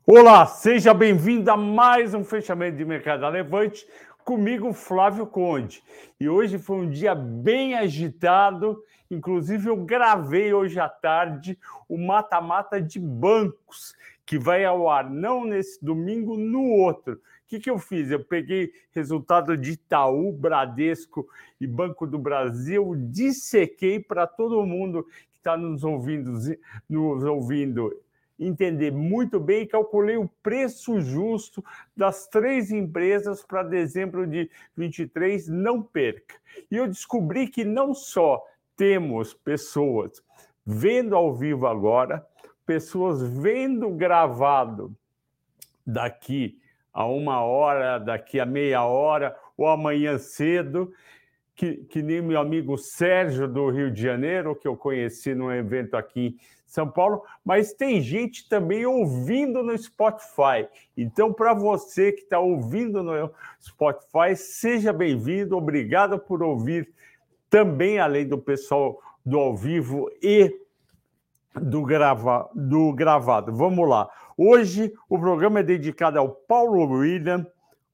Olá, seja bem-vindo a mais um fechamento de mercado Levante, comigo Flávio Conde. E hoje foi um dia bem agitado, inclusive eu gravei hoje à tarde o mata-mata de bancos, que vai ao ar não nesse domingo, no outro. O que eu fiz? Eu peguei resultado de Itaú, Bradesco e Banco do Brasil, dissequei para todo mundo que está nos ouvindo entender muito bem e calculei o preço justo das três empresas para dezembro de 23, não perca. E eu descobri que não só temos pessoas vendo ao vivo agora, pessoas vendo gravado daqui a 1 hora, daqui a meia hora ou amanhã cedo, que nem meu amigo Sérgio do Rio de Janeiro, que eu conheci num evento aqui em São Paulo, mas tem gente também ouvindo no Spotify. Então, para você que está ouvindo no Spotify, seja bem-vindo, obrigado por ouvir também, além do pessoal do ao vivo e do gravado. Vamos lá. Hoje o programa é dedicado ao Paulo William,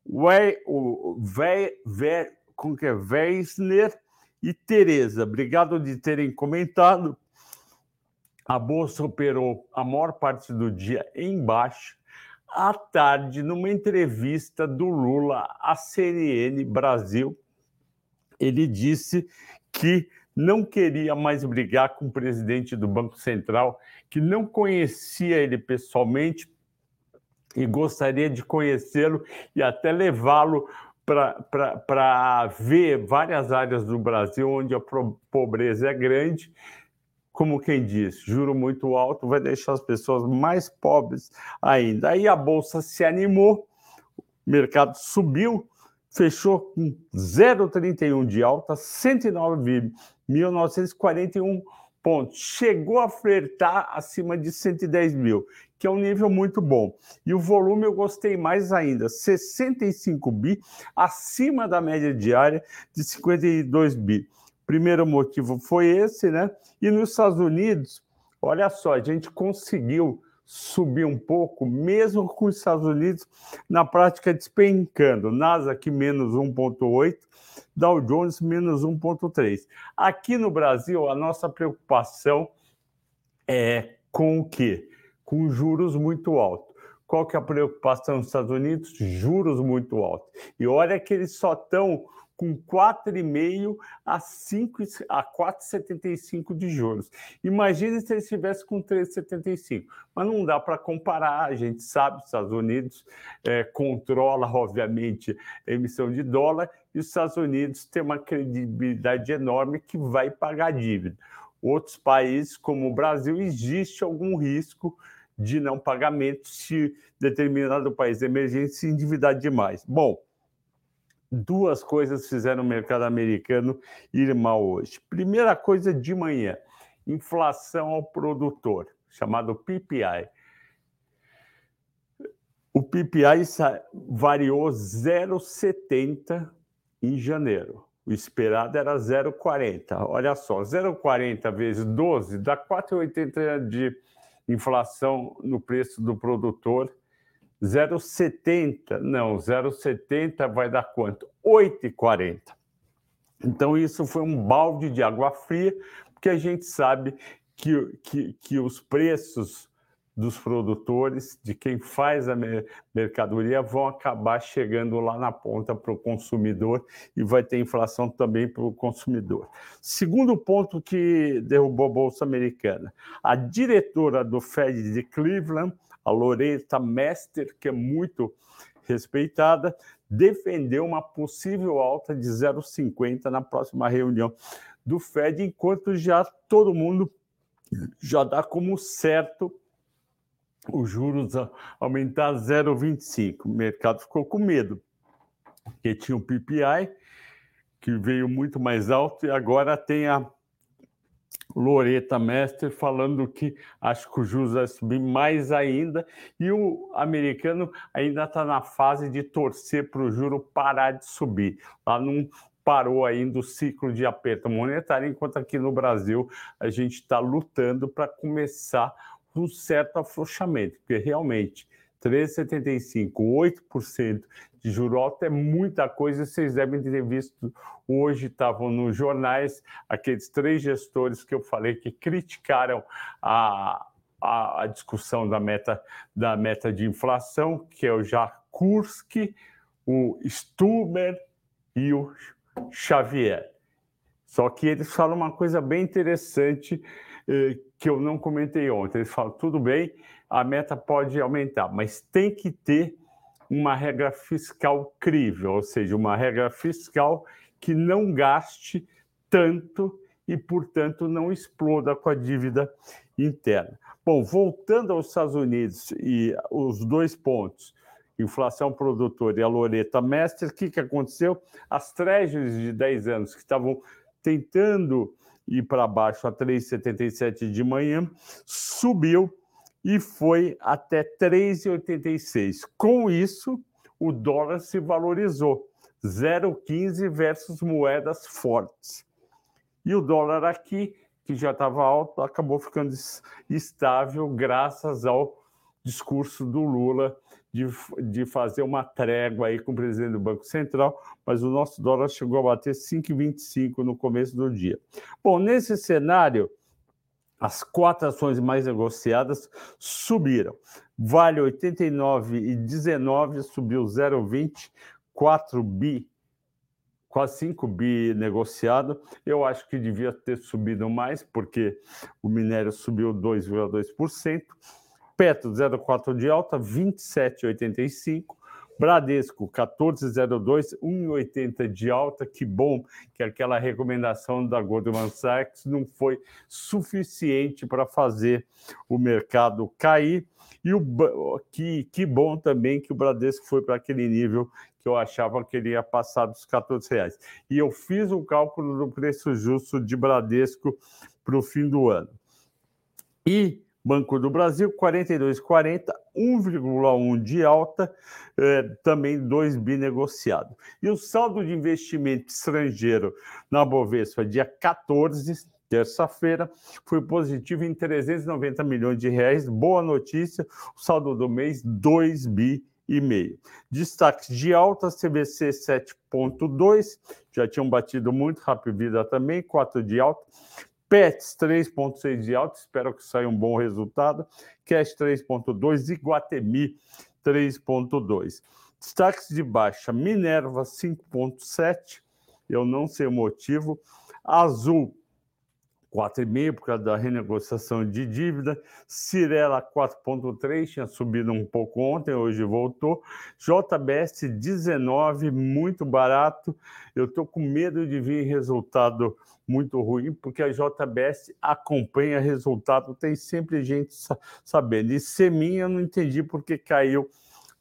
Weissner e Tereza. Obrigado de terem comentado. A Bolsa operou a maior parte do dia em baixa. À tarde, numa entrevista do Lula à CNN Brasil, ele disse que não queria mais brigar com o presidente do Banco Central, que não conhecia ele pessoalmente e gostaria de conhecê-lo e até levá-lo para ver várias áreas do Brasil onde a pobreza é grande. Como quem diz, juro muito alto vai deixar as pessoas mais pobres ainda. Aí a Bolsa se animou, o mercado subiu, fechou com 0,31 de alta, 109.941 pontos. Chegou a flertar acima de 110 mil, que é um nível muito bom. E o volume eu gostei mais ainda, 65 bi, acima da média diária de 52 bi. Primeiro motivo foi esse, né? E nos Estados Unidos, olha só, a gente conseguiu subir um pouco, mesmo com os Estados Unidos na prática despencando. Nasdaq menos 1,8, Dow Jones menos 1,3. Aqui no Brasil, a nossa preocupação é com o quê? Com juros muito altos. Qual que é a preocupação nos Estados Unidos? Juros muito altos. E olha que eles só estão com 4,5 a 4,75 de juros. Imagine se eles estivessem com 3,75. Mas não dá para comparar, a gente sabe, os Estados Unidos controla, obviamente, a emissão de dólar, e os Estados Unidos têm uma credibilidade enorme que vai pagar dívida. Outros países, como o Brasil, existe algum risco de não pagamento se determinado país de emergência se endividar demais. Bom, duas coisas fizeram o mercado americano ir mal hoje. Primeira coisa de manhã, inflação ao produtor, chamado PPI. O PPI variou 0,70 em janeiro. O esperado era 0,40. Olha só, 0,40 vezes 12 dá 4,80 de inflação no preço do produtor. 0,70, não, 0,70 vai dar quanto? 8,40. Então, isso foi um balde de água fria, porque a gente sabe que os preços dos produtores, de quem faz a mercadoria, vão acabar chegando lá na ponta para o consumidor e vai ter inflação também para o consumidor. Segundo ponto que derrubou a Bolsa Americana, a diretora do Fed de Cleveland, a Loretta Mester, que é muito respeitada, defendeu uma possível alta de 0,50 na próxima reunião do Fed, enquanto já todo mundo já dá como certo os juros aumentar 0,25. O mercado ficou com medo, porque tinha o PPI, que veio muito mais alto, e agora tem a Loretta Mester falando que acho que o juros vai subir mais ainda, e o americano ainda está na fase de torcer para o juro parar de subir. Lá não parou ainda o ciclo de aperto monetário, enquanto aqui no Brasil a gente está lutando para começar um certo afrouxamento, porque realmente 3,75%, 8% de juro alto é muita coisa. Vocês devem ter visto hoje, estavam nos jornais, aqueles 3 gestores que eu falei que criticaram a discussão da meta de inflação, que é o Jacques Kurski, o Stuber e o Xavier. Só que eles falam uma coisa bem interessante que eu não comentei ontem. Eles falam, tudo bem, a meta pode aumentar, mas tem que ter uma regra fiscal crível, ou seja, uma regra fiscal que não gaste tanto e, portanto, não exploda com a dívida interna. Bom, voltando aos Estados Unidos e os 2 pontos, inflação produtora e a Loretta Mester, o que aconteceu? As treasuries de 10 anos que estavam tentando ir para baixo a 3,77 de manhã, subiu e foi até 3,86. Com isso, o dólar se valorizou, 0,15 versus moedas fortes. E o dólar aqui, que já estava alto, acabou ficando estável graças ao discurso do Lula de fazer uma trégua aí com o presidente do Banco Central, mas o nosso dólar chegou a bater 5,25 no começo do dia. Bom, nesse cenário, as 4 ações mais negociadas subiram. Vale 89,19, subiu 0,20, 4 bi, quase 5 bi negociado. Eu acho que devia ter subido mais, porque o minério subiu 2,2%. Petro, 0,4 de alta, 27,85. Bradesco, 14,02, 1,80 de alta. Que bom que aquela recomendação da Goldman Sachs não foi suficiente para fazer o mercado cair. E que bom também que o Bradesco foi para aquele nível que eu achava que ele ia passar dos R$14. E eu fiz o cálculo do preço justo de Bradesco para o fim do ano. E Banco do Brasil, 42,40, 1,1 de alta, também 2 bi negociado. E o saldo de investimento estrangeiro na Bovespa, dia 14, terça-feira, foi positivo em 390 milhões de reais. Boa notícia, o saldo do mês, 2 bi e meio. Destaques de alta, CBC 7,2, já tinham batido muito, Hapvida também, 4 de alta. Pets 3,6 de alta, espero que saia um bom resultado. Cash 3,2 e Iguatemi 3,2. Destaques de baixa, Minerva 5,7, eu não sei o motivo. Azul 4,5 por causa da renegociação de dívida. Cirela 4,3, tinha subido um pouco ontem, hoje voltou. JBS 19, muito barato. Eu estou com medo de vir resultado muito ruim, porque a JBS acompanha resultado, tem sempre gente sabendo. E Semin eu não entendi porque caiu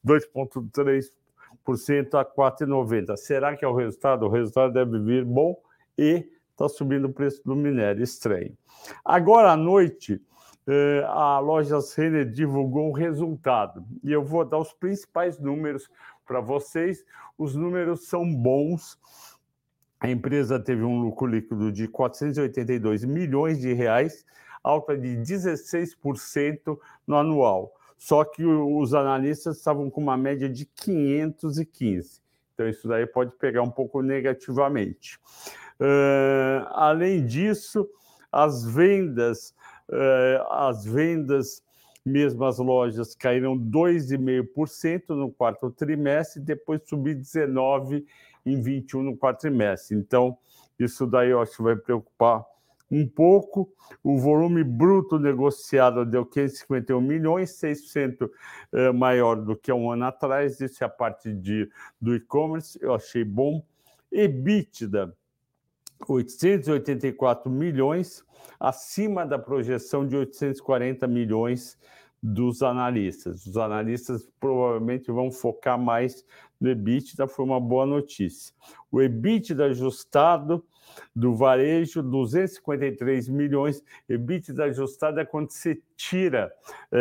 2,3% a 4,90. Será que é o resultado? O resultado deve vir bom e está subindo o preço do minério, estranho. Agora à noite, a Lojas Renner divulgou o resultado e eu vou dar os principais números para vocês. Os números são bons. A empresa teve um lucro líquido de 482 milhões de reais, alta de 16% no anual. Só que os analistas estavam com uma média de 515. Então, isso daí pode pegar um pouco negativamente. Além disso, as vendas, mesmo as lojas, caíram 2,5% no quarto trimestre, depois subir 19% em 21% no quarto trimestre. Então, isso daí eu acho que vai preocupar um pouco. O volume bruto negociado deu 551 milhões, 6% maior do que um ano atrás. Isso é a parte do e-commerce, eu achei bom. EBITDA, 884 milhões, acima da projeção de 840 milhões dos analistas. Os analistas provavelmente vão focar mais no EBITDA, foi uma boa notícia. O EBITDA ajustado do varejo, 253 milhões. EBITDA ajustado é quando você tira...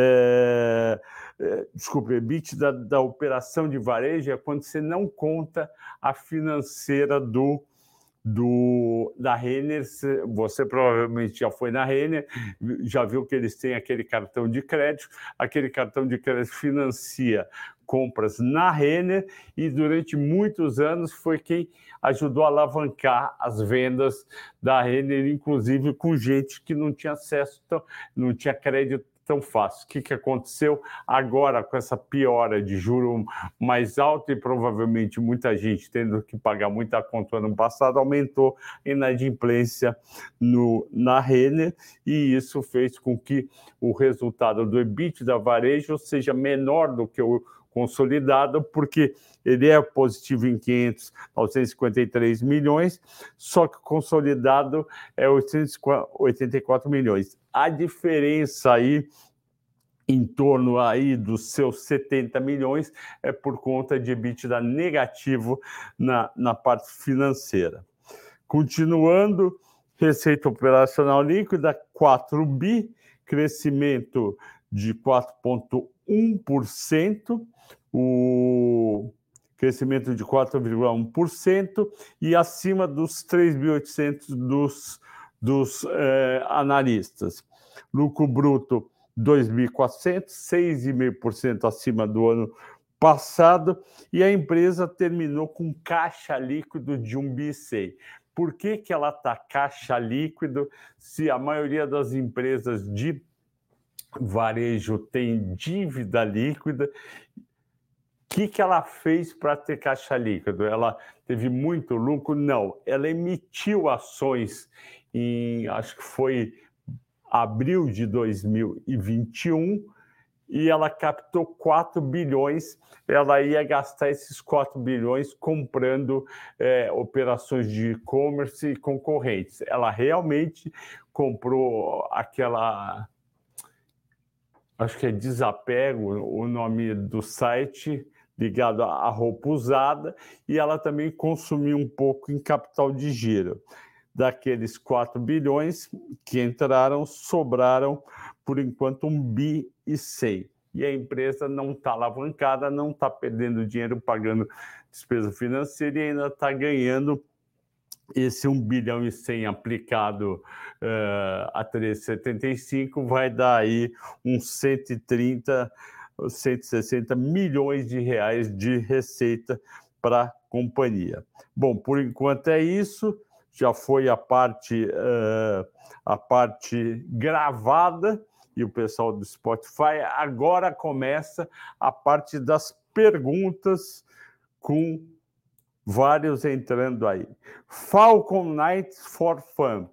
EBITDA da operação de varejo é quando você não conta a financeira do da Renner. Você provavelmente já foi na Renner, já viu que eles têm aquele cartão de crédito. Aquele cartão de crédito financia compras na Renner e durante muitos anos foi quem ajudou a alavancar as vendas da Renner, inclusive com gente que não tinha acesso, não tinha crédito tão fácil. O que aconteceu agora com essa piora de juro mais alto e provavelmente muita gente tendo que pagar muita conta no ano passado, aumentou a inadimplência na Renner, e isso fez com que o resultado do EBITDA varejo seja menor do que o consolidado, porque ele é positivo em 953 milhões, só que o consolidado é 884 milhões. A diferença aí, em torno aí dos seus 70 milhões, é por conta de EBITDA negativo na parte financeira. Continuando, receita operacional líquida, 4 bi, crescimento de 4,1%, o crescimento de 4,1% e acima dos 3.800 dos analistas. Lucro bruto, 2.400, 6,5% acima do ano passado, e a empresa terminou com caixa líquido de 1 bi. Por que ela está caixa líquido se a maioria das empresas de varejo tem dívida líquida? O que ela fez para ter caixa líquido? Ela teve muito lucro? Não. Ela emitiu ações em, acho que foi abril de 2021, e ela captou 4 bilhões. Ela ia gastar esses 4 bilhões comprando operações de e-commerce e concorrentes. Ela realmente comprou aquela, acho que é Desapego, o nome do site, ligado à roupa usada, e ela também consumiu um pouco em capital de giro. Daqueles 4 bilhões que entraram, sobraram, por enquanto, 1 bi e 100. E a empresa não está alavancada, não está perdendo dinheiro pagando despesa financeira e ainda está ganhando esse 1 bilhão e 100 aplicado a 13,75, vai dar aí uns 130, 160 milhões de reais de receita para a companhia. Bom, por enquanto é isso. Já foi a parte gravada e o pessoal do Spotify. Agora começa a parte das perguntas, com vários entrando aí. Falcon Nights for Fun.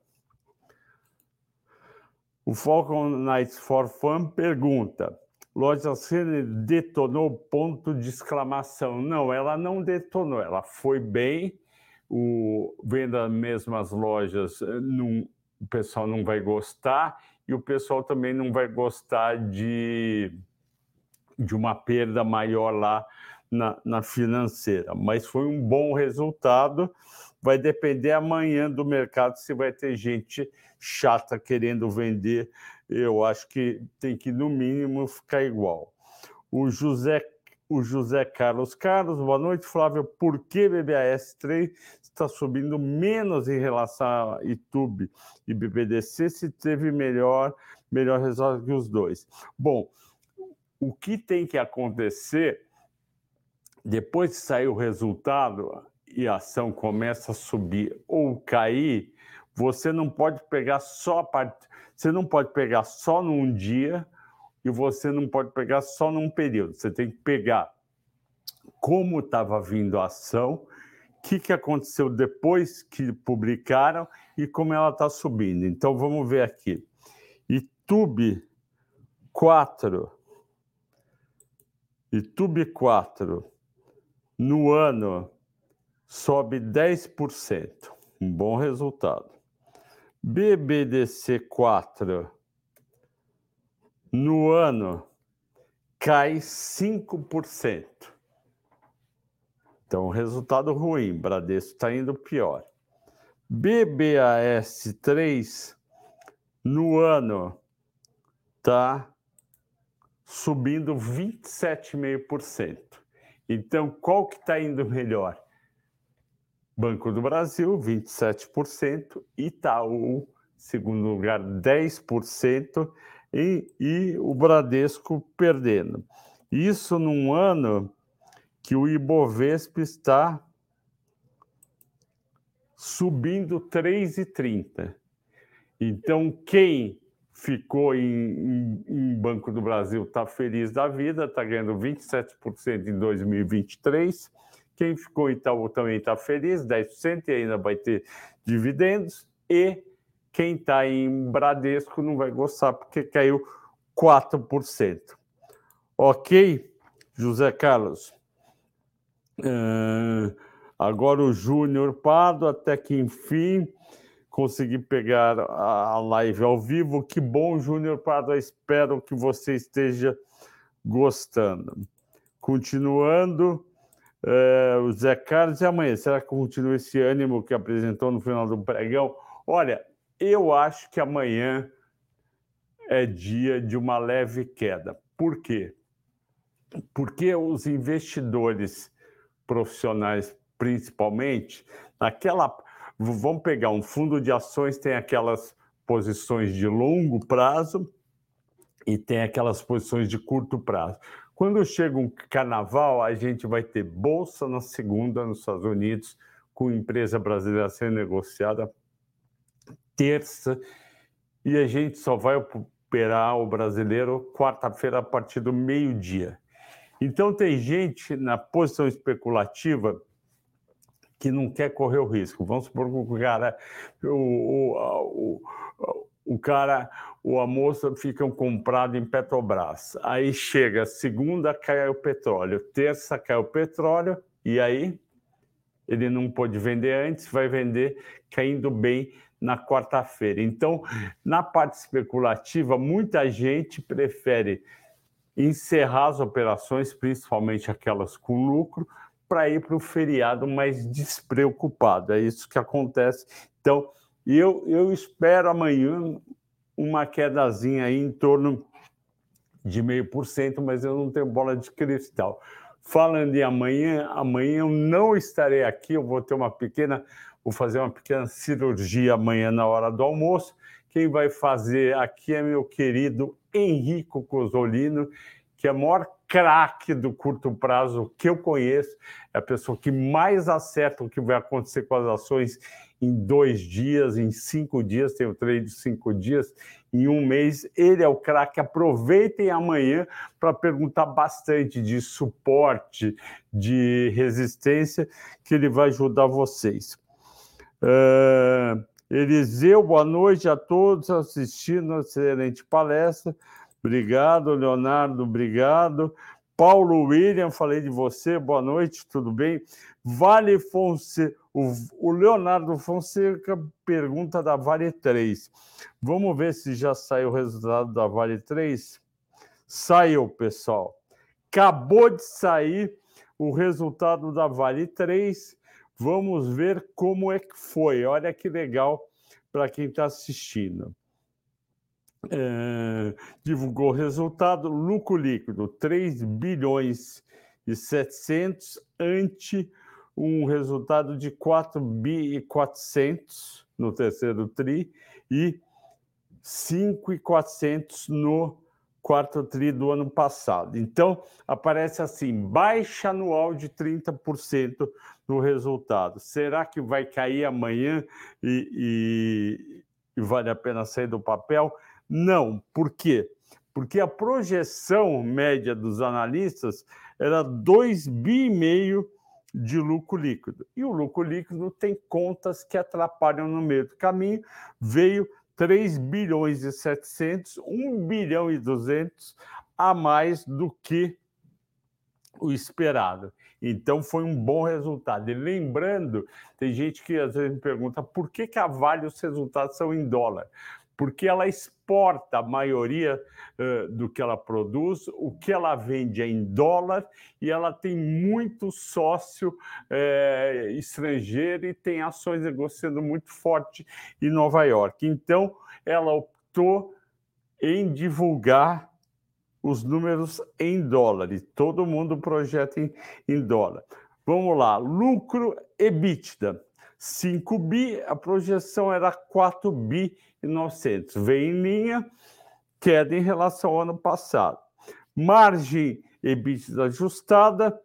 O Falcon Nights for Fun pergunta: Lojas Renner detonou, ponto de exclamação. Não, ela não detonou, ela foi bem. Venda mesmo as lojas, o pessoal não vai gostar, e o pessoal também não vai gostar de uma perda maior lá na financeira. Mas foi um bom resultado. Vai depender amanhã do mercado se vai ter gente chata querendo vender. Eu acho que tem que, no mínimo, ficar igual. O José Carlos, boa noite, Flávio. Por que BBAS 3 está subindo menos em relação a YouTube e BBDC, se teve melhor resultado que os dois? Bom, o que tem que acontecer, depois de sair o resultado e a ação começa a subir ou cair, você não pode pegar você não pode pegar só num dia, e você não pode pegar só num período. Você tem que pegar como estava vindo a ação, o que aconteceu depois que publicaram e como ela está subindo. Então, vamos ver aqui. YouTube 4, no ano, sobe 10%. Um bom resultado. BBDC 4, no ano, cai 5%. Então, resultado ruim. Bradesco está indo pior. BBAS 3, no ano, está subindo 27,5%. Então, qual que está indo melhor? Banco do Brasil, 27%, Itaú, segundo lugar, 10%, e o Bradesco perdendo. Isso num ano que o Ibovespa está subindo 3,30. Então, quem ficou em Banco do Brasil está feliz da vida, está ganhando 27% em 2023. Quem ficou em Itaú também está feliz, 10%, e ainda vai ter dividendos. E quem está em Bradesco não vai gostar, porque caiu 4%. Ok, José Carlos? Agora o Júnior Pardo, até que enfim consegui pegar a live ao vivo. Que bom, Júnior Pardo, espero que você esteja gostando. Continuando, o Zé Carlos, e amanhã, será que continua esse ânimo que apresentou no final do pregão? Olha, eu acho que amanhã é dia de uma leve queda. Por quê? Porque os investidores profissionais, principalmente, vamos pegar um fundo de ações, tem aquelas posições de longo prazo e tem aquelas posições de curto prazo. Quando chega um carnaval, a gente vai ter bolsa na segunda nos Estados Unidos, com empresa brasileira sendo negociada terça, e a gente só vai operar o brasileiro quarta-feira a partir do meio-dia. Então, tem gente na posição especulativa que não quer correr o risco. Vamos supor que a moça fica comprada em Petrobras. Aí chega, segunda cai o petróleo, terça cai o petróleo, e aí ele não pôde vender antes, vai vender caindo bem na quarta-feira. Então, na parte especulativa, muita gente prefere encerrar as operações, principalmente aquelas com lucro, para ir para o feriado mais despreocupado. É isso que acontece. Então, eu espero amanhã uma quedazinha aí em torno de 0,5%, mas eu não tenho bola de cristal. Falando em amanhã eu não estarei aqui, eu vou fazer uma pequena cirurgia amanhã na hora do almoço. Quem vai fazer aqui é meu querido Henrico Cosolino, que é o maior craque do curto prazo que eu conheço, é a pessoa que mais acerta o que vai acontecer com as ações em 2 dias, em 5 dias, tem o trade de 5 dias, em 1 mês. Ele é o craque. Aproveitem amanhã para perguntar bastante de suporte, de resistência, que ele vai ajudar vocês. Eliseu, boa noite a todos assistindo, excelente palestra. Obrigado, Leonardo, obrigado. Paulo William, falei de você, boa noite, tudo bem? Vale Fonseca, o Leonardo Fonseca pergunta da Vale 3. Vamos ver se já saiu o resultado da Vale 3? Saiu, pessoal. Acabou de sair o resultado da Vale 3. Vamos ver como é que foi. Olha que legal para quem está assistindo. Divulgou o resultado, lucro líquido 3 bilhões e 700 ante um resultado de 4 bi e 400 no terceiro tri e 5 e 400 no quarto tri do ano passado. Então, aparece assim, baixa anual de 30% no resultado. Será que vai cair amanhã e vale a pena sair do papel? Não. Por quê? Porque a projeção média dos analistas era 2,5 bi de lucro líquido. E o lucro líquido tem contas que atrapalham no meio do caminho. Veio 3 bilhões e 700, 1 bilhão e 200 a mais do que o esperado. Então, foi um bom resultado. E lembrando, tem gente que às vezes me pergunta por que a Vale os resultados são em dólar? Porque ela exporta a maioria do que ela produz, o que ela vende é em dólar e ela tem muito sócio estrangeiro e tem ações negociando muito forte em Nova York. Então, ela optou em divulgar os números em dólar, e todo mundo projeta em dólar. Vamos lá, lucro EBITDA, 5 bi, a projeção era 4 bi e 900. Vem em linha, queda em relação ao ano passado. Margem EBITDA ajustada,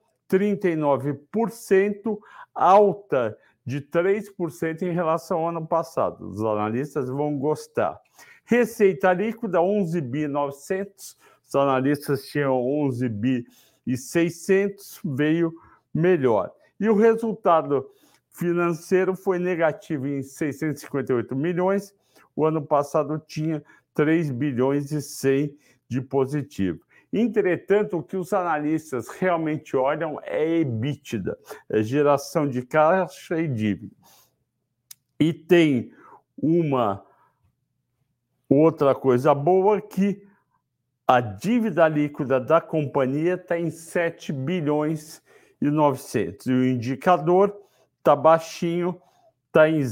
39%, alta de 3% em relação ao ano passado. Os analistas vão gostar. Receita líquida, 11 bi 900. Os analistas tinham 11 bi e 600, veio melhor. E o resultado financeiro foi negativo em 658 milhões. O ano passado tinha 3 bilhões e 100 de positivo. Entretanto, o que os analistas realmente olham é EBITDA, é geração de caixa e dívida. E tem uma outra coisa boa, que a dívida líquida da companhia está em 7 bilhões e 900. E o indicador está baixinho, está em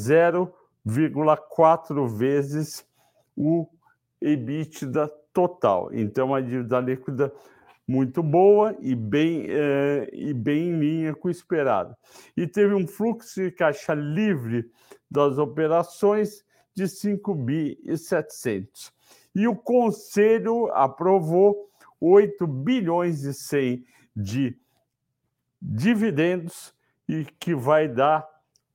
0,4 vezes o EBITDA total. Então, a dívida líquida muito boa e bem em linha com o esperado. E teve um fluxo de caixa livre das operações de 5 bi e 700. E o Conselho aprovou 8 bilhões e 100 de dividendos, e que vai dar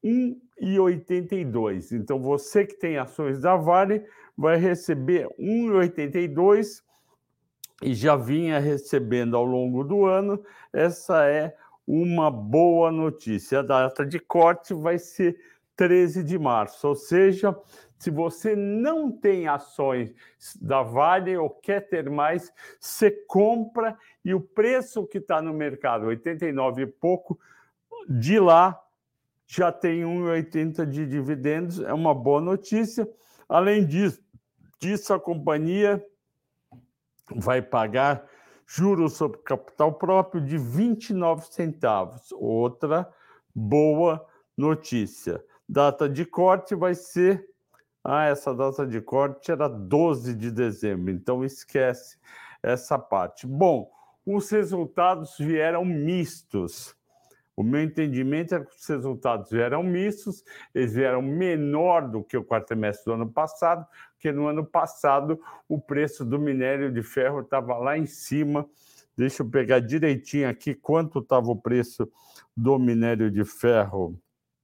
1,82. Então, você que tem ações da Vale vai receber 1,82 e já vinha recebendo ao longo do ano. Essa é uma boa notícia. A data de corte vai ser 13 de março, ou seja, se você não tem ações da Vale ou quer ter mais, você compra, e o preço que está no mercado, 89 e pouco, de lá já tem 1,80 de dividendos, é uma boa notícia. Além disso, a companhia vai pagar juros sobre capital próprio de 29 centavos. Outra boa notícia. Data de corte vai ser... essa data de corte era 12 de dezembro, então esquece essa parte. Bom, os resultados vieram mistos. O meu entendimento é que os resultados vieram mistos, eles vieram menor do que o quarto trimestre do ano passado, porque no ano passado o preço do minério de ferro estava lá em cima. Deixa eu pegar direitinho aqui quanto estava o preço do minério de ferro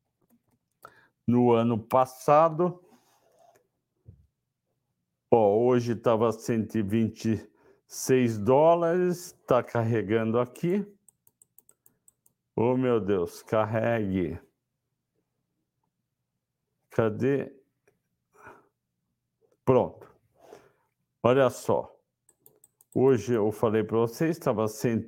no ano passado. Hoje estava 126 dólares, está carregando aqui. Oh, meu Deus, carregue. Cadê? Pronto. Olha só. Hoje eu falei para vocês, estava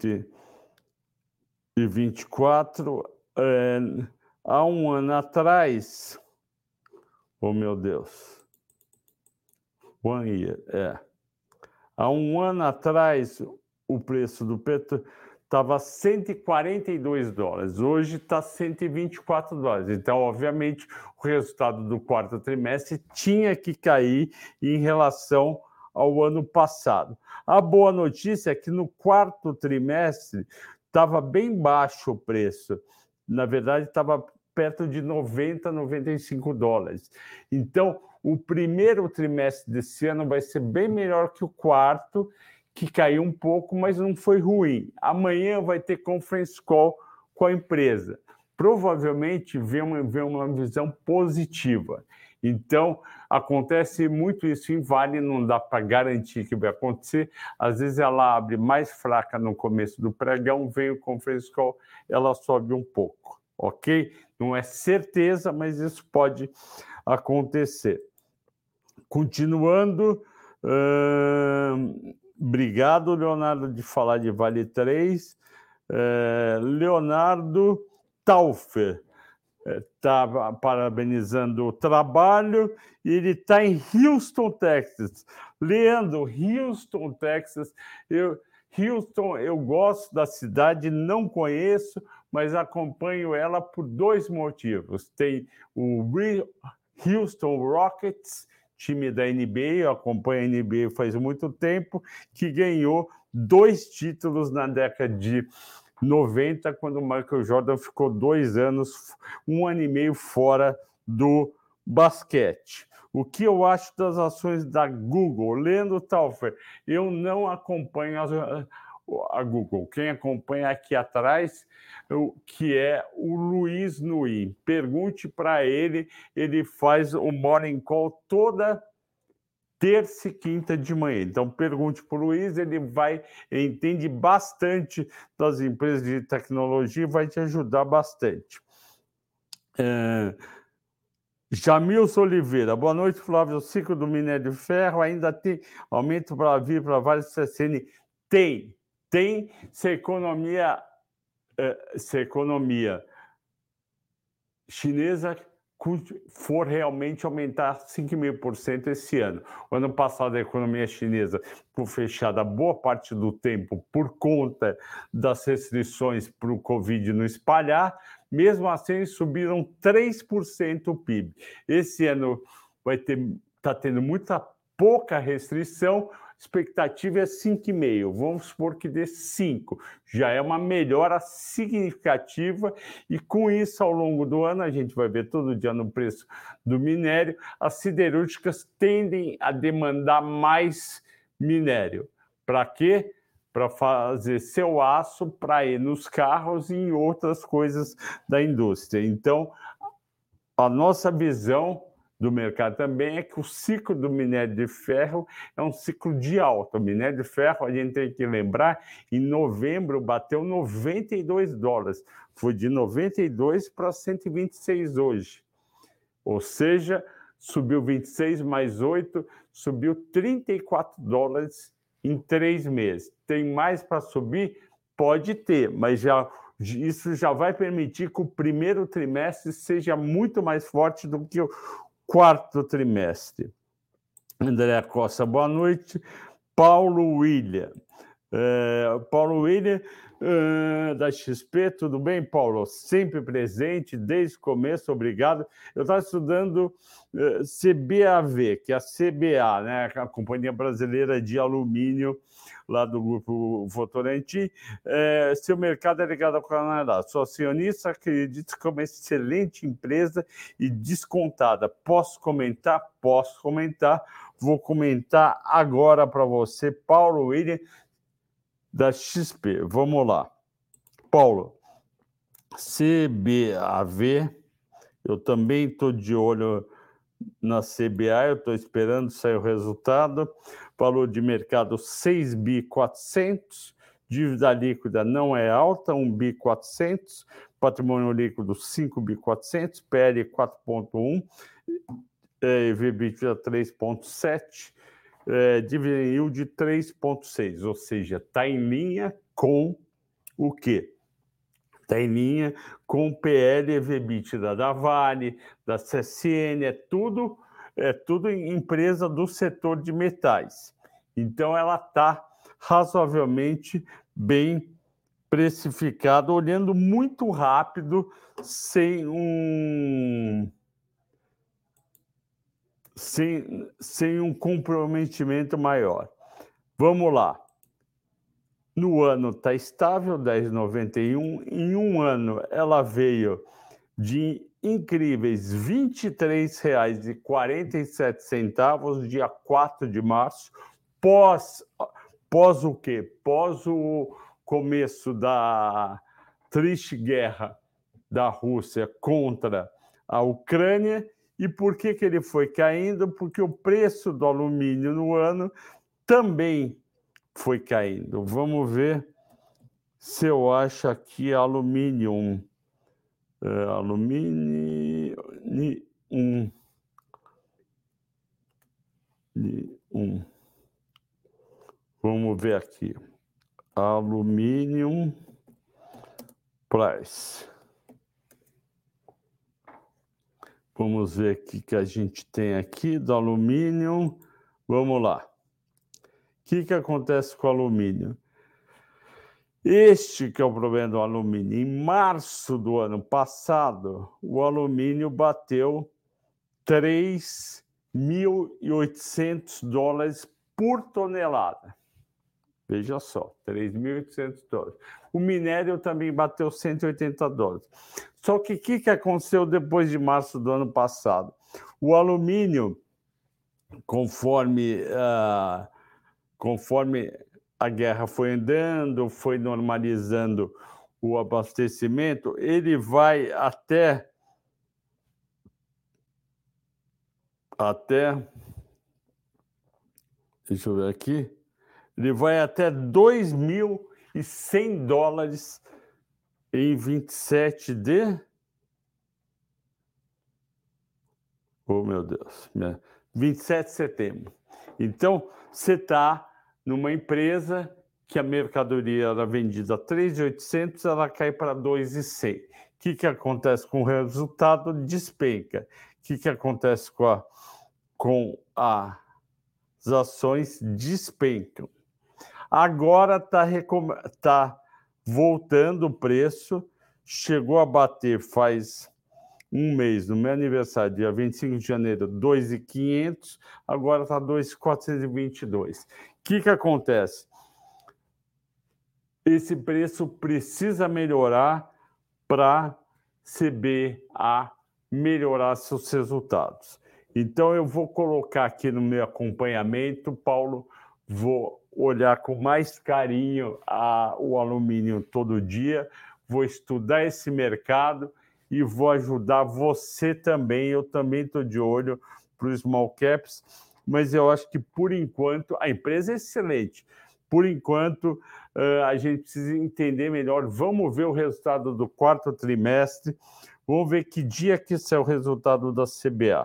124. Há um ano atrás... Oh, meu Deus. One year, Há um ano atrás, o preço do petróleo estava 142 dólares, hoje está 124 dólares. Então, obviamente, o resultado do quarto trimestre tinha que cair em relação ao ano passado. A boa notícia é que no quarto trimestre estava bem baixo o preço. Na verdade, estava perto de 90, 95 dólares. Então, o primeiro trimestre desse ano vai ser bem melhor que o quarto, que caiu um pouco, mas não foi ruim. Amanhã vai ter conference call com a empresa. Provavelmente vem uma visão positiva. Então, acontece muito isso em Vale, não dá para garantir que vai acontecer. Às vezes ela abre mais fraca no começo do pregão, vem o conference call, ela sobe um pouco, ok? Não é certeza, mas isso pode acontecer. Continuando... Obrigado, Leonardo, de falar de Vale 3. Leonardo Taufer está parabenizando o trabalho, e ele está em Houston, Texas. Leandro, Houston, Texas. Houston, eu gosto da cidade, não conheço, mas acompanho ela por 2 motivos. Tem o Houston Rockets, time da NBA, eu acompanho a NBA faz muito tempo, que ganhou 2 títulos na década de 90, quando o Michael Jordan ficou 2 anos, 1 ano e meio fora do basquete. O que eu acho das ações da Google? Lendo Taufer, eu não acompanho a Google. Quem acompanha aqui atrás, que é o Luiz Nui. Pergunte para ele, ele faz o Morning Call toda terça e quinta de manhã. Então, pergunte para o Luiz, ele entende bastante das empresas de tecnologia e vai te ajudar bastante. Jamilson Oliveira, boa noite, Flávio. O ciclo do minério de ferro ainda tem aumento para vir para vários CSN? Tem. Se a economia chinesa for realmente aumentar 5,5% esse ano. O ano passado, a economia chinesa ficou fechada boa parte do tempo por conta das restrições para o Covid não espalhar. Mesmo assim, subiram 3% o PIB. Esse ano está tendo pouca restrição, expectativa é 5,5%. Vamos supor que dê 5%. Já é uma melhora significativa e com isso, ao longo do ano, a gente vai ver todo dia no preço do minério, as siderúrgicas tendem a demandar mais minério. Para quê? Para fazer seu aço, para ir nos carros e em outras coisas da indústria. Então, a nossa visão do mercado também é que o ciclo do minério de ferro é um ciclo de alta. O minério de ferro, a gente tem que lembrar, em novembro bateu $92. Foi de 92 para 126 hoje. Ou seja, subiu 26 mais 8, subiu $34 em 3 meses. Tem mais para subir? Pode ter, mas isso já vai permitir que o primeiro trimestre seja muito mais forte do que o quarto trimestre. André Costa, boa noite. Paulo William. Da XP, tudo bem, Paulo? Sempre presente, desde o começo, obrigado. Eu estava estudando CBAV, que é a CBA, né, a Companhia Brasileira de Alumínio, lá do Grupo Votorantim. Seu mercado é ligado ao Canadá. Sou acionista, acredito que é uma excelente empresa e descontada. Posso comentar? Posso comentar. Vou comentar agora para você, Paulo William, da XP. Vamos lá. Paulo, CBAV, eu também estou de olho na CBA, eu estou esperando sair o resultado. Valor de mercado 6.400, dívida líquida não é alta, 1.400, patrimônio líquido 5.400, PL 4,1, EBITDA 3,7, dividend yield de 3,6, ou seja, está em linha com o quê? Está em linha com o PL e EBITDA da Vale, da CSN, é tudo empresa do setor de metais. Então, ela está razoavelmente bem precificada, olhando muito rápido, sem um comprometimento maior. Vamos lá. No ano está estável, 10,91. Em um ano, ela veio de incríveis R$ 23,47, dia 4 de março, pós o quê? Pós o começo da triste guerra da Rússia contra a Ucrânia. E por que ele foi caindo? Porque o preço do alumínio no ano também foi caindo. Vamos ver se eu acho aqui alumínio. Vamos ver aqui. Alumínio price. Vamos ver o que a gente tem aqui do alumínio. Vamos lá. O que acontece com o alumínio? Este que é o problema do alumínio. Em março do ano passado, o alumínio bateu $3.800 por tonelada. Veja só, $3.800. O minério também bateu $180. Só que o que aconteceu depois de março do ano passado? O alumínio, conforme a guerra foi andando, foi normalizando o abastecimento, ele vai até deixa eu ver aqui, ele vai até $2.100 em 27 de... Oh, meu Deus, 27 de setembro. Então, você está numa empresa que a mercadoria era vendida a 3.800, ela cai para 2.100. O que acontece com o resultado? Despenca. O que acontece com as ações? Despencam. Agora está voltando o preço, chegou a bater faz um mês, no meu aniversário, dia 25 de janeiro, 2.500, agora está 2.422. O que acontece? Esse preço precisa melhorar para a CBA melhorar seus resultados. Então, eu vou colocar aqui no meu acompanhamento, Paulo, vou olhar com mais carinho o alumínio todo dia, vou estudar esse mercado e vou ajudar você também. Eu também estou de olho para os small caps, mas eu acho que, por enquanto, a empresa é excelente. Por enquanto, a gente precisa entender melhor. Vamos ver o resultado do quarto trimestre. Vamos ver que dia que sai o resultado da CBA.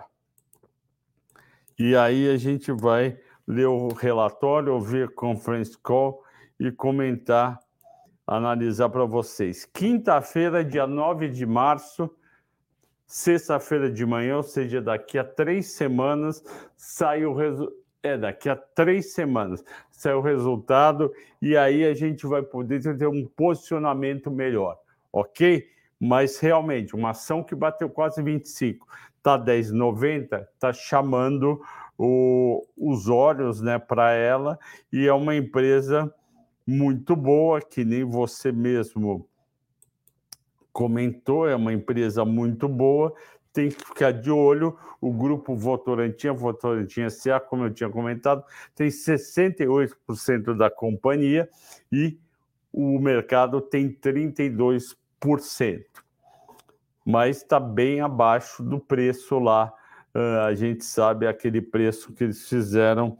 E aí a gente vai ler o relatório, ouvir a conference call e comentar, analisar para vocês. Quinta-feira, dia 9 de março, sexta-feira de manhã, ou seja, daqui a 3 semanas, sai o resultado. Daqui a 3 semanas sai o resultado e aí a gente vai poder ter um posicionamento melhor, ok? Mas realmente, uma ação que bateu quase 25, está 10,90, está chamando os olhos, né, para ela, e é uma empresa muito boa, que nem você mesmo comentou, é uma empresa muito boa, tem que ficar de olho. O grupo Votorantim SA, como eu tinha comentado, tem 68% da companhia e o mercado tem 32%. Mas está bem abaixo do preço lá. A gente sabe aquele preço que eles fizeram,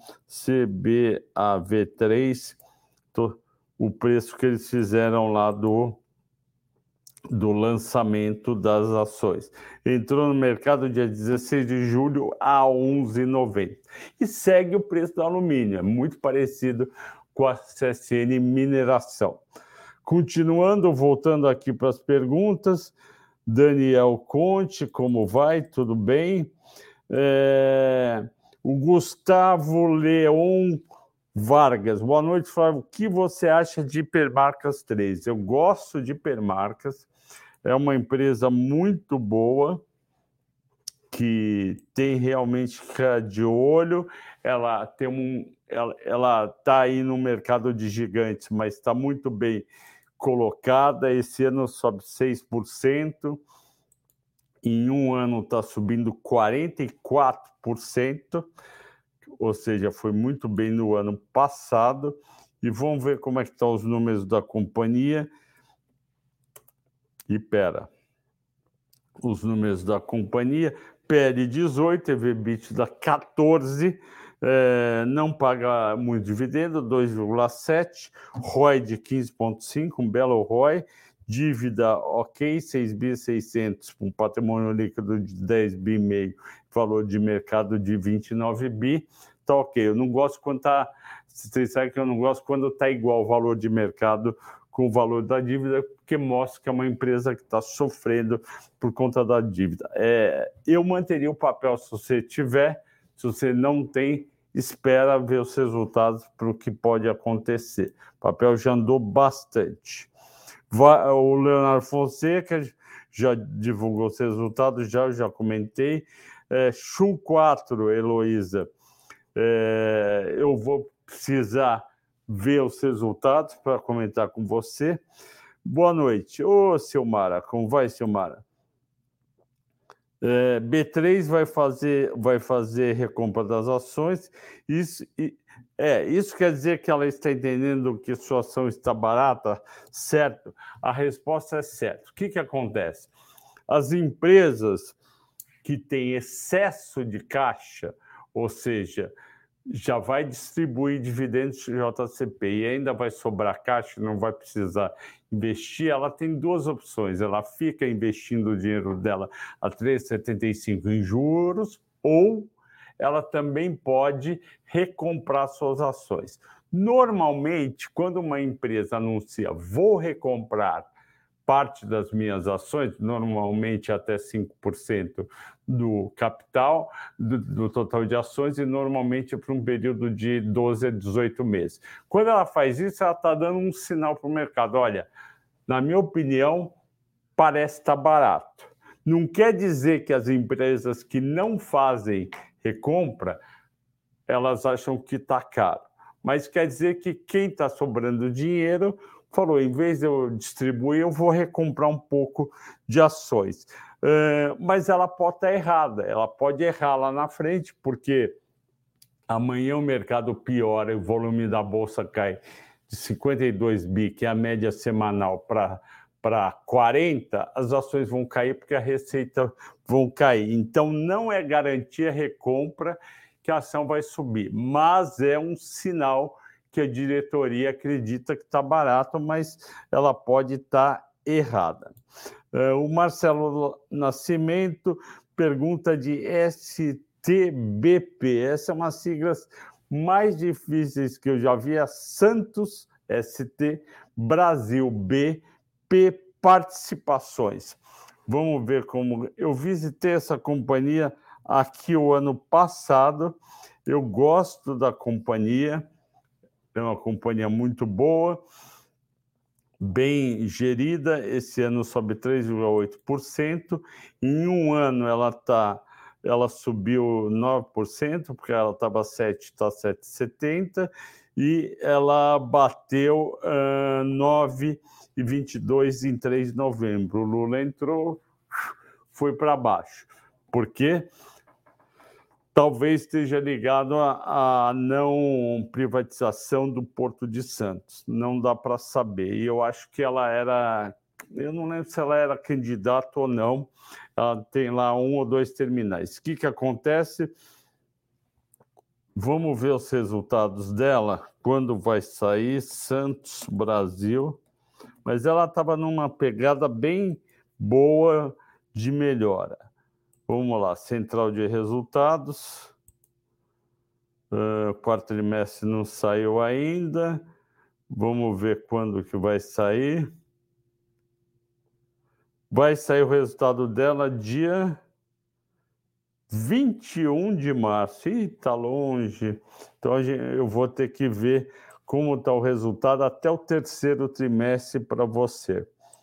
CBAV3, o preço que eles fizeram lá do lançamento das ações. Entrou no mercado dia 16 de julho a 11,90. E segue o preço do alumínio, é muito parecido com a CSN Mineração. Continuando, voltando aqui para as perguntas, Daniel Conte, como vai? Tudo bem? O Gustavo Leon Vargas, boa noite, Flávio. O que você acha de Hipermarcas 3? Eu gosto de Hipermarcas, é uma empresa muito boa, que tem realmente que ficar de olho. Ela está aí no mercado de gigantes, mas está muito bem colocada. Esse ano sobe 6%, em um ano está subindo 44%, ou seja, foi muito bem no ano passado. E vamos ver como é que estão os números da companhia. Os números da companhia: PL 18, EBITDA 14, não paga muito dividendo, 2,7, ROI de 15,5, um belo ROI, dívida ok, 6.600, um patrimônio líquido de 10,5 bi, valor de mercado de 29 bi, tá ok. Eu não gosto quando tá, vocês sabem que eu não gosto quando está igual o valor de mercado com o valor da dívida, porque mostra que é uma empresa que está sofrendo por conta da dívida. Eu manteria o papel se você tiver. Se você não tem, espera ver os resultados para o que pode acontecer. O papel já andou bastante. O Leonardo Fonseca já divulgou os resultados, já comentei. Chu 4, Heloísa, eu vou precisar ver os resultados para comentar com você. Boa noite. Ô, Silmara, como vai, Silmara? B3 vai fazer recompra das ações. Isso quer dizer que ela está entendendo que sua ação está barata? Certo? A resposta é certa. O que acontece? As empresas que têm excesso de caixa, ou seja, já vai distribuir dividendos JCP e ainda vai sobrar caixa, não vai precisar investir, ela tem duas opções. Ela fica investindo o dinheiro dela a 3,75 em juros, ou ela também pode recomprar suas ações. Normalmente, quando uma empresa anuncia vou recomprar parte das minhas ações, normalmente até 5% do capital, do total de ações, e normalmente para um período de 12 a 18 meses. Quando ela faz isso, ela está dando um sinal para o mercado. Olha, na minha opinião, parece estar barato. Não quer dizer que as empresas que não fazem recompra, elas acham que está caro. Mas quer dizer que quem está sobrando dinheiro falou, em vez de eu distribuir, eu vou recomprar um pouco de ações. Mas ela pode estar errada, ela pode errar lá na frente, porque amanhã o mercado piora e o volume da Bolsa cai de 52 bi, que é a média semanal, para 40, as ações vão cair porque a receita vão cair. Então, não é garantia recompra que a ação vai subir, mas é um sinal que a diretoria acredita que está barato, mas ela pode estar errada. O Marcelo Nascimento pergunta de STBP. Essa é uma siglas mais difíceis que eu já vi, é Santos ST Brasil B P Participações. Vamos ver como... Eu visitei essa companhia aqui o ano passado, eu gosto da companhia, é uma companhia muito boa, bem gerida, esse ano sobe 3,8%, em um ano ela subiu 9%, porque ela estava 7, está 7,70%, e ela bateu 9,22 em 3 de novembro. O Lula entrou, foi para baixo. Por quê? Talvez esteja ligado à não privatização do Porto de Santos. Não dá para saber. E eu acho que ela era... Eu não lembro se ela era candidata ou não. Ela tem lá 1 ou 2 terminais. O que acontece? Vamos ver os resultados dela. Quando vai sair? Santos, Brasil. Mas ela estava numa pegada bem boa de melhora. Vamos lá, central de resultados. Quarto trimestre não saiu ainda. Vamos ver quando que vai sair. Vai sair o resultado dela dia 21 de março. Ih, está longe. Então eu vou ter que ver como está o resultado até o terceiro trimestre para você.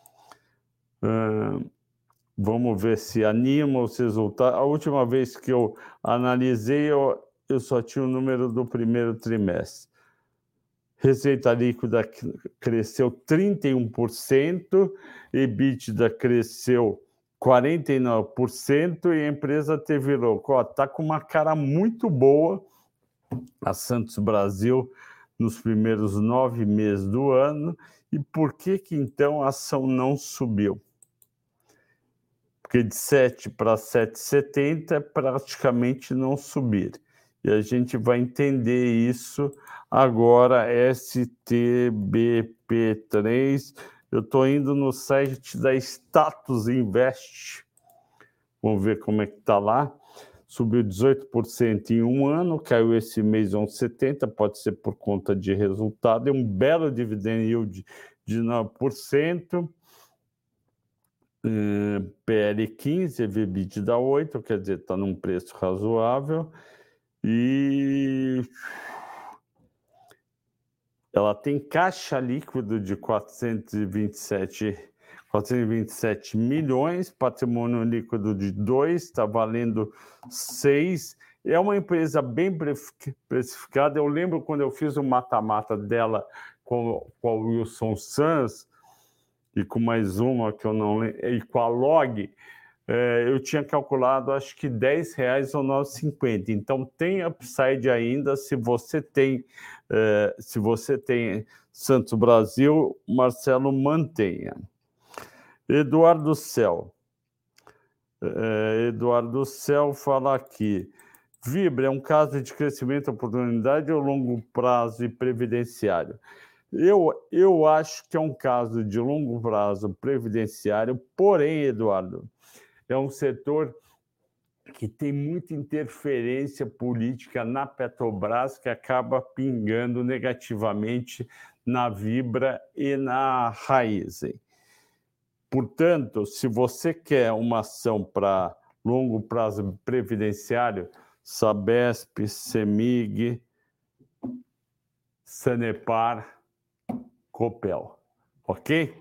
Vamos ver se anima os resultados. A última vez que eu analisei, eu só tinha o número do primeiro trimestre. Receita líquida cresceu 31%, EBITDA cresceu 49% e a empresa teve lucro. Está com uma cara muito boa, a Santos Brasil, nos primeiros 9 meses do ano. E por que então a ação não subiu? Porque de 7 para 7,70 é praticamente não subir. E a gente vai entender isso agora. STBP3, eu estou indo no site da Status Invest. Vamos ver como é que está lá. Subiu 18% em um ano, caiu esse mês 11,70, pode ser por conta de resultado. É um belo dividend yield de 9%. PL 15, EBITDA 8, quer dizer, está num preço razoável. E ela tem caixa líquido de 427 milhões, patrimônio líquido de 2, está valendo 6, É uma empresa bem precificada. Eu lembro quando eu fiz o mata-mata dela com a Wilson Sons e com mais uma que eu não lembro, e com a Log, eu tinha calculado acho que R$10 ou R$9,50. Então tem upside ainda se você tem Santos Brasil, Marcelo, mantenha. Eduardo Cel fala aqui: Vibra é um caso de crescimento, oportunidade ou longo prazo e previdenciário? Eu acho que é um caso de longo prazo previdenciário, porém, Eduardo, é um setor que tem muita interferência política na Petrobras, que acaba pingando negativamente na Vibra e na Raízen. Portanto, se você quer uma ação para longo prazo previdenciário, Sabesp, Semig, Sanepar, Copel, ok?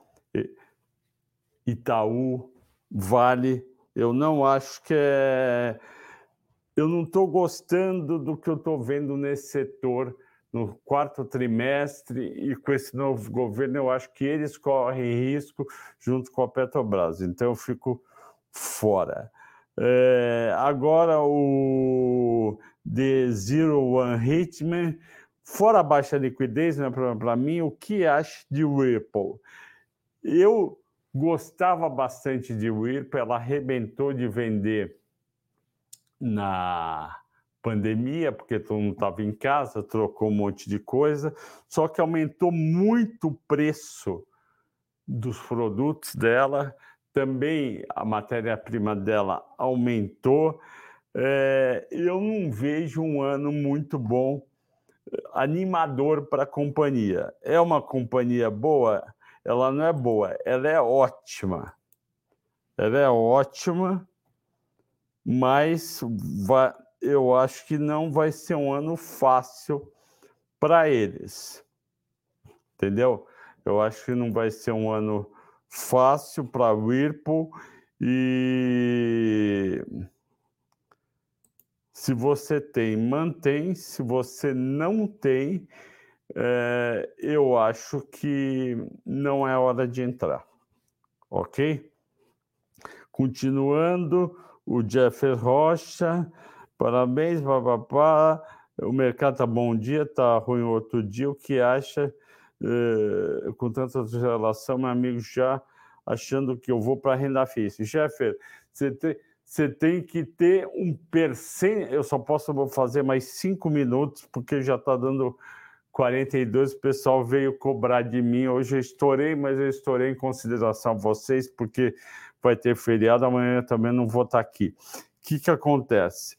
Itaú, Vale, eu não acho que é... Eu não estou gostando do que eu estou vendo nesse setor no quarto trimestre, e com esse novo governo eu acho que eles correm risco junto com a Petrobras, então eu fico fora. Agora o The Zero One Hitman, fora a baixa liquidez, né, para mim, o que acha de Whirlpool? Eu gostava bastante de Whirlpool, ela arrebentou de vender na pandemia, porque todo mundo estava em casa, trocou um monte de coisa, só que aumentou muito o preço dos produtos dela, também a matéria-prima dela aumentou. Eu não vejo um ano muito bom, animador para a companhia. É uma companhia boa? Ela não é boa, ela é ótima. Ela é ótima, mas eu acho que não vai ser um ano fácil para eles. Entendeu? Eu acho que não vai ser um ano fácil para a Whirlpool, e se você tem, mantém. Se você não tem, eu acho que não é hora de entrar, ok? Continuando, o Jeffer Rocha, parabéns, papapá, o mercado está bom um dia, está ruim outro dia, o que acha com tanta relação, meu amigo, já achando que eu vou para a renda fixa? Jeffer, você tem que ter um percent... Eu só vou fazer mais 5 minutos, porque já está dando 42, o pessoal veio cobrar de mim. Hoje eu estourei, mas eu estourei em consideração a vocês, porque vai ter feriado, amanhã eu também não vou estar aqui. O que acontece?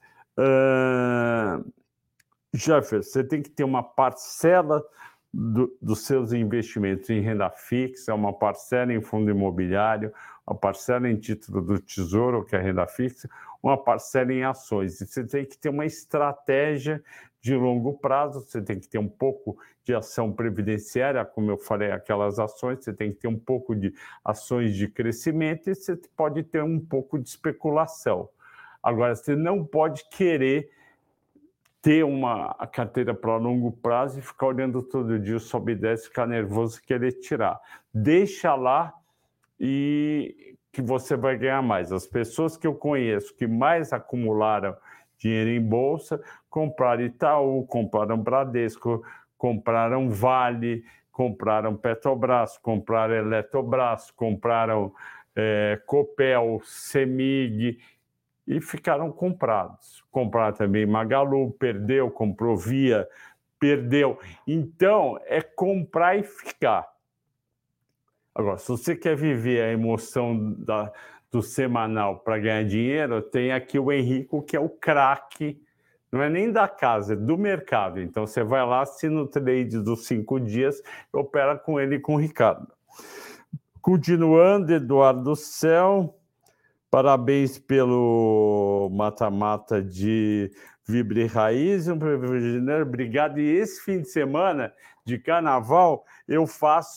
Jeffer, você tem que ter uma parcela dos seus investimentos em renda fixa, uma parcela em fundo imobiliário, uma parcela em título do Tesouro, que é a renda fixa, uma parcela em ações. E você tem que ter uma estratégia de longo prazo, você tem que ter um pouco de ação previdenciária, como eu falei, aquelas ações, você tem que ter um pouco de ações de crescimento, e você pode ter um pouco de especulação. Agora, você não pode querer ter uma carteira para longo prazo e ficar olhando todo dia, sobe e desce, ficar nervoso e querer tirar. Deixa lá e que você vai ganhar mais. As pessoas que eu conheço que mais acumularam dinheiro em bolsa, compraram Itaú, compraram Bradesco, compraram Vale, compraram Petrobras, compraram Eletrobras, compraram Copel, Semig, e ficaram comprados. Compraram também Magalu, perdeu, comprou Via, perdeu. Então, é comprar e ficar. Agora, se você quer viver a emoção do semanal para ganhar dinheiro, tem aqui o Henrico, que é o craque, não é nem da casa, é do mercado. Então, você vai lá, assina o trade dos 5 dias, opera com ele e com o Ricardo. Continuando, Eduardo Cel, parabéns pelo mata-mata de Vibra e Raiz, um primeiro de janeiro, obrigado. E esse fim de semana de carnaval eu faço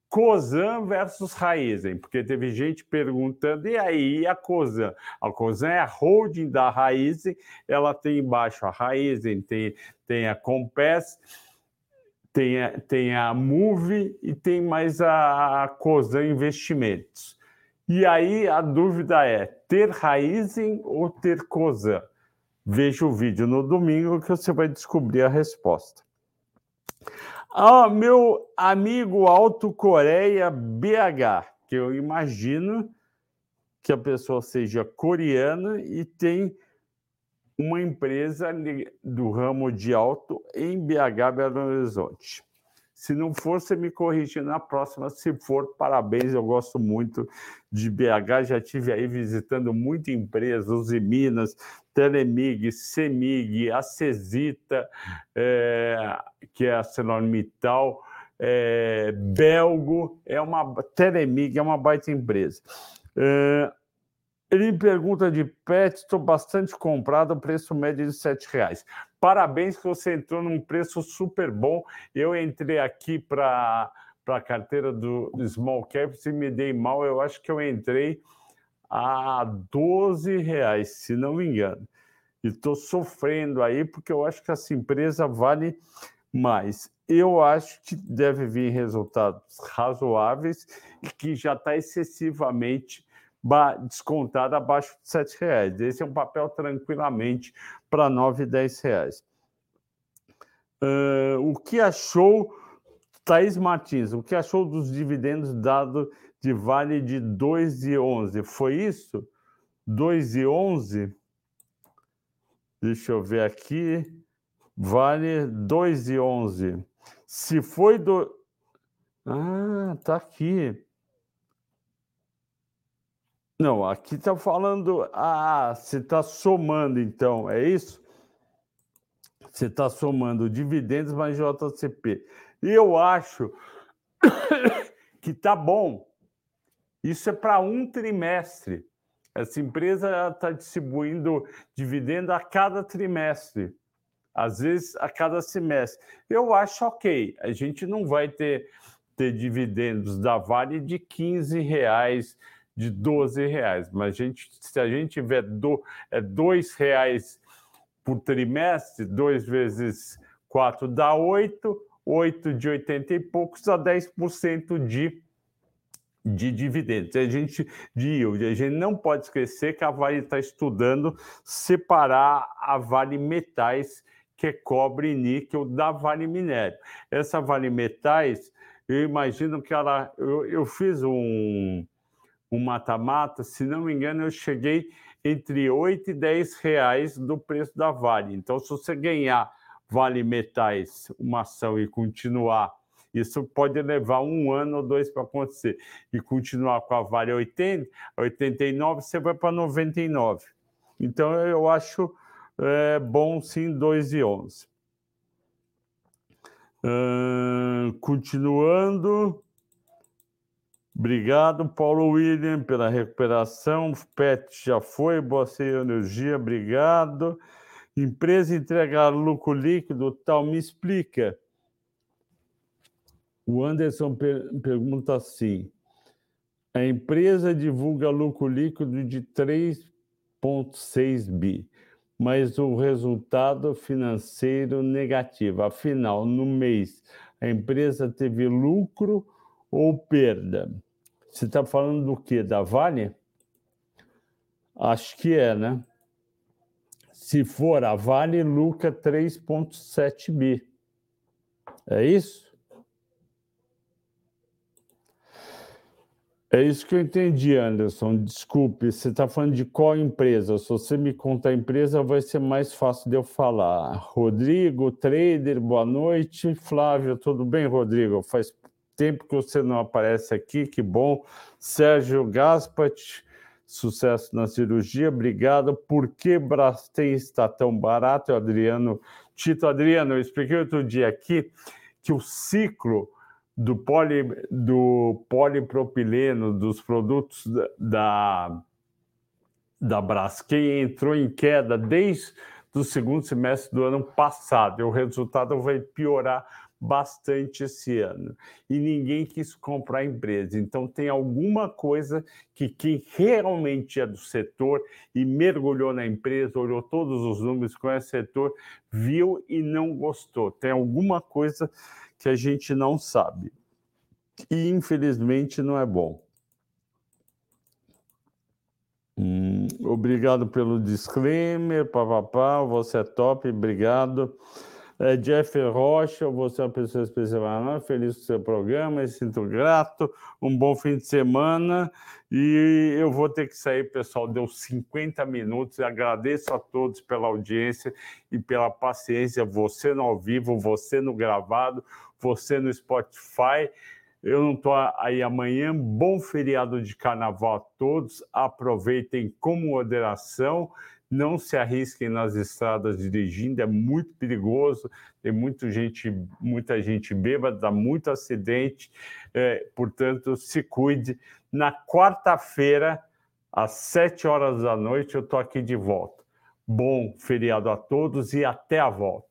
Cosan versus Raizen, porque teve gente perguntando, e aí a Cosan? A Cosan é a holding da Raizen, ela tem embaixo a Raizen, tem a Compass, tem a Move e tem mais a Cosan Investimentos. E aí a dúvida é, ter Raizen ou ter Cosan? Veja o vídeo no domingo que você vai descobrir a resposta. Meu amigo Alto Coreia BH, que eu imagino que a pessoa seja coreana e tem uma empresa do ramo de auto em BH, Belo Horizonte. Se não for, você me corrige na próxima. Se for, parabéns, eu gosto muito de BH. Já estive aí visitando muita empresa, Uzi Minas, Telemig, Semig, Acesita, que é a ArcelorMittal, Belgo, Telemig, é uma baita empresa. Ele me pergunta de pet, estou bastante comprado, preço médio de R$7. Parabéns que você entrou num preço super bom. Eu entrei aqui para a carteira do Small Caps e me dei mal. Eu acho que eu entrei a R$12, se não me engano. E estou sofrendo aí, porque eu acho que essa empresa vale mais. Eu acho que deve vir resultados razoáveis e que já está excessivamente descontado abaixo de R$7. Esse é um papel tranquilamente para R$9 e R$10. O que achou, Thaís Martins, o que achou dos dividendos dados de Vale de 2,11? Foi isso? 2,11? Deixa eu ver aqui. Vale 2,11. Se foi do... tá aqui. Não, aqui está falando... você está somando, então, é isso? Você está somando dividendos mais JCP. E eu acho que está bom. Isso é para um trimestre. Essa empresa está distribuindo dividendo a cada trimestre. Às vezes, a cada semestre. Eu acho ok. A gente não vai ter dividendos da Vale de R$15, de R$12. Mas se a gente tiver R$2 por trimestre, 2 vezes 4 dá 8, 8 de 80 e poucos dá 10% de dividendos. A gente não pode esquecer que a Vale está estudando separar a Vale Metais, que é cobre e níquel, da Vale Minério. Essa Vale Metais, eu imagino que ela... Eu fiz um mata-mata, se não me engano, eu cheguei entre R$8 e R$10 do preço da Vale. Então, se você ganhar Vale Metais, uma ação, e continuar, isso pode levar 1 ano ou 2 para acontecer, e continuar com a Vale 80, 89, você vai para 99. Então, eu acho bom, sim, 2,11. Continuando... Obrigado, Paulo William, pela recuperação. PET já foi, boa energia, obrigado. Empresa entregar lucro líquido, tal, me explica. O Anderson pergunta assim: a empresa divulga lucro líquido de 3,6 bi, mas o resultado financeiro negativo. Afinal, no mês, a empresa teve lucro ou perda? Você está falando do quê? Da Vale? Acho que é, né? Se for a Vale, lucra 3,7 bi. É isso? É isso que eu entendi, Anderson. Desculpe, você está falando de qual empresa? Se você me contar a empresa, vai ser mais fácil de eu falar. Rodrigo, trader, boa noite. Flávio, tudo bem, Rodrigo? Faz tempo que você não aparece aqui, que bom. Sérgio Gaspat, sucesso na cirurgia, obrigado. Por que Braskem está tão barato? Adriano, Adriano, eu expliquei outro dia aqui que o ciclo do polipropileno, dos produtos da Braskem, entrou em queda desde o segundo semestre do ano passado. E o resultado vai piorar bastante esse ano e ninguém quis comprar a empresa. Então, tem alguma coisa que quem realmente é do setor e mergulhou na empresa, olhou todos os números, conhece o setor, viu e não gostou. Tem alguma coisa que a gente não sabe. E, infelizmente, não é bom. Obrigado pelo disclaimer, papapá, você é top, obrigado. Jeff Rocha, você é uma pessoa especial, feliz com o seu programa, me sinto grato, um bom fim de semana, e eu vou ter que sair, pessoal, deu 50 minutos, agradeço a todos pela audiência e pela paciência, você no ao vivo, você no gravado, você no Spotify. Eu não estou aí amanhã. Bom feriado de carnaval a todos. Aproveitem com moderação. Não se arrisquem nas estradas dirigindo, é muito perigoso. Tem muita gente bêbada, dá muito acidente. Portanto, se cuide. Na quarta-feira, às 7 horas da noite, eu estou aqui de volta. Bom feriado a todos e até a volta.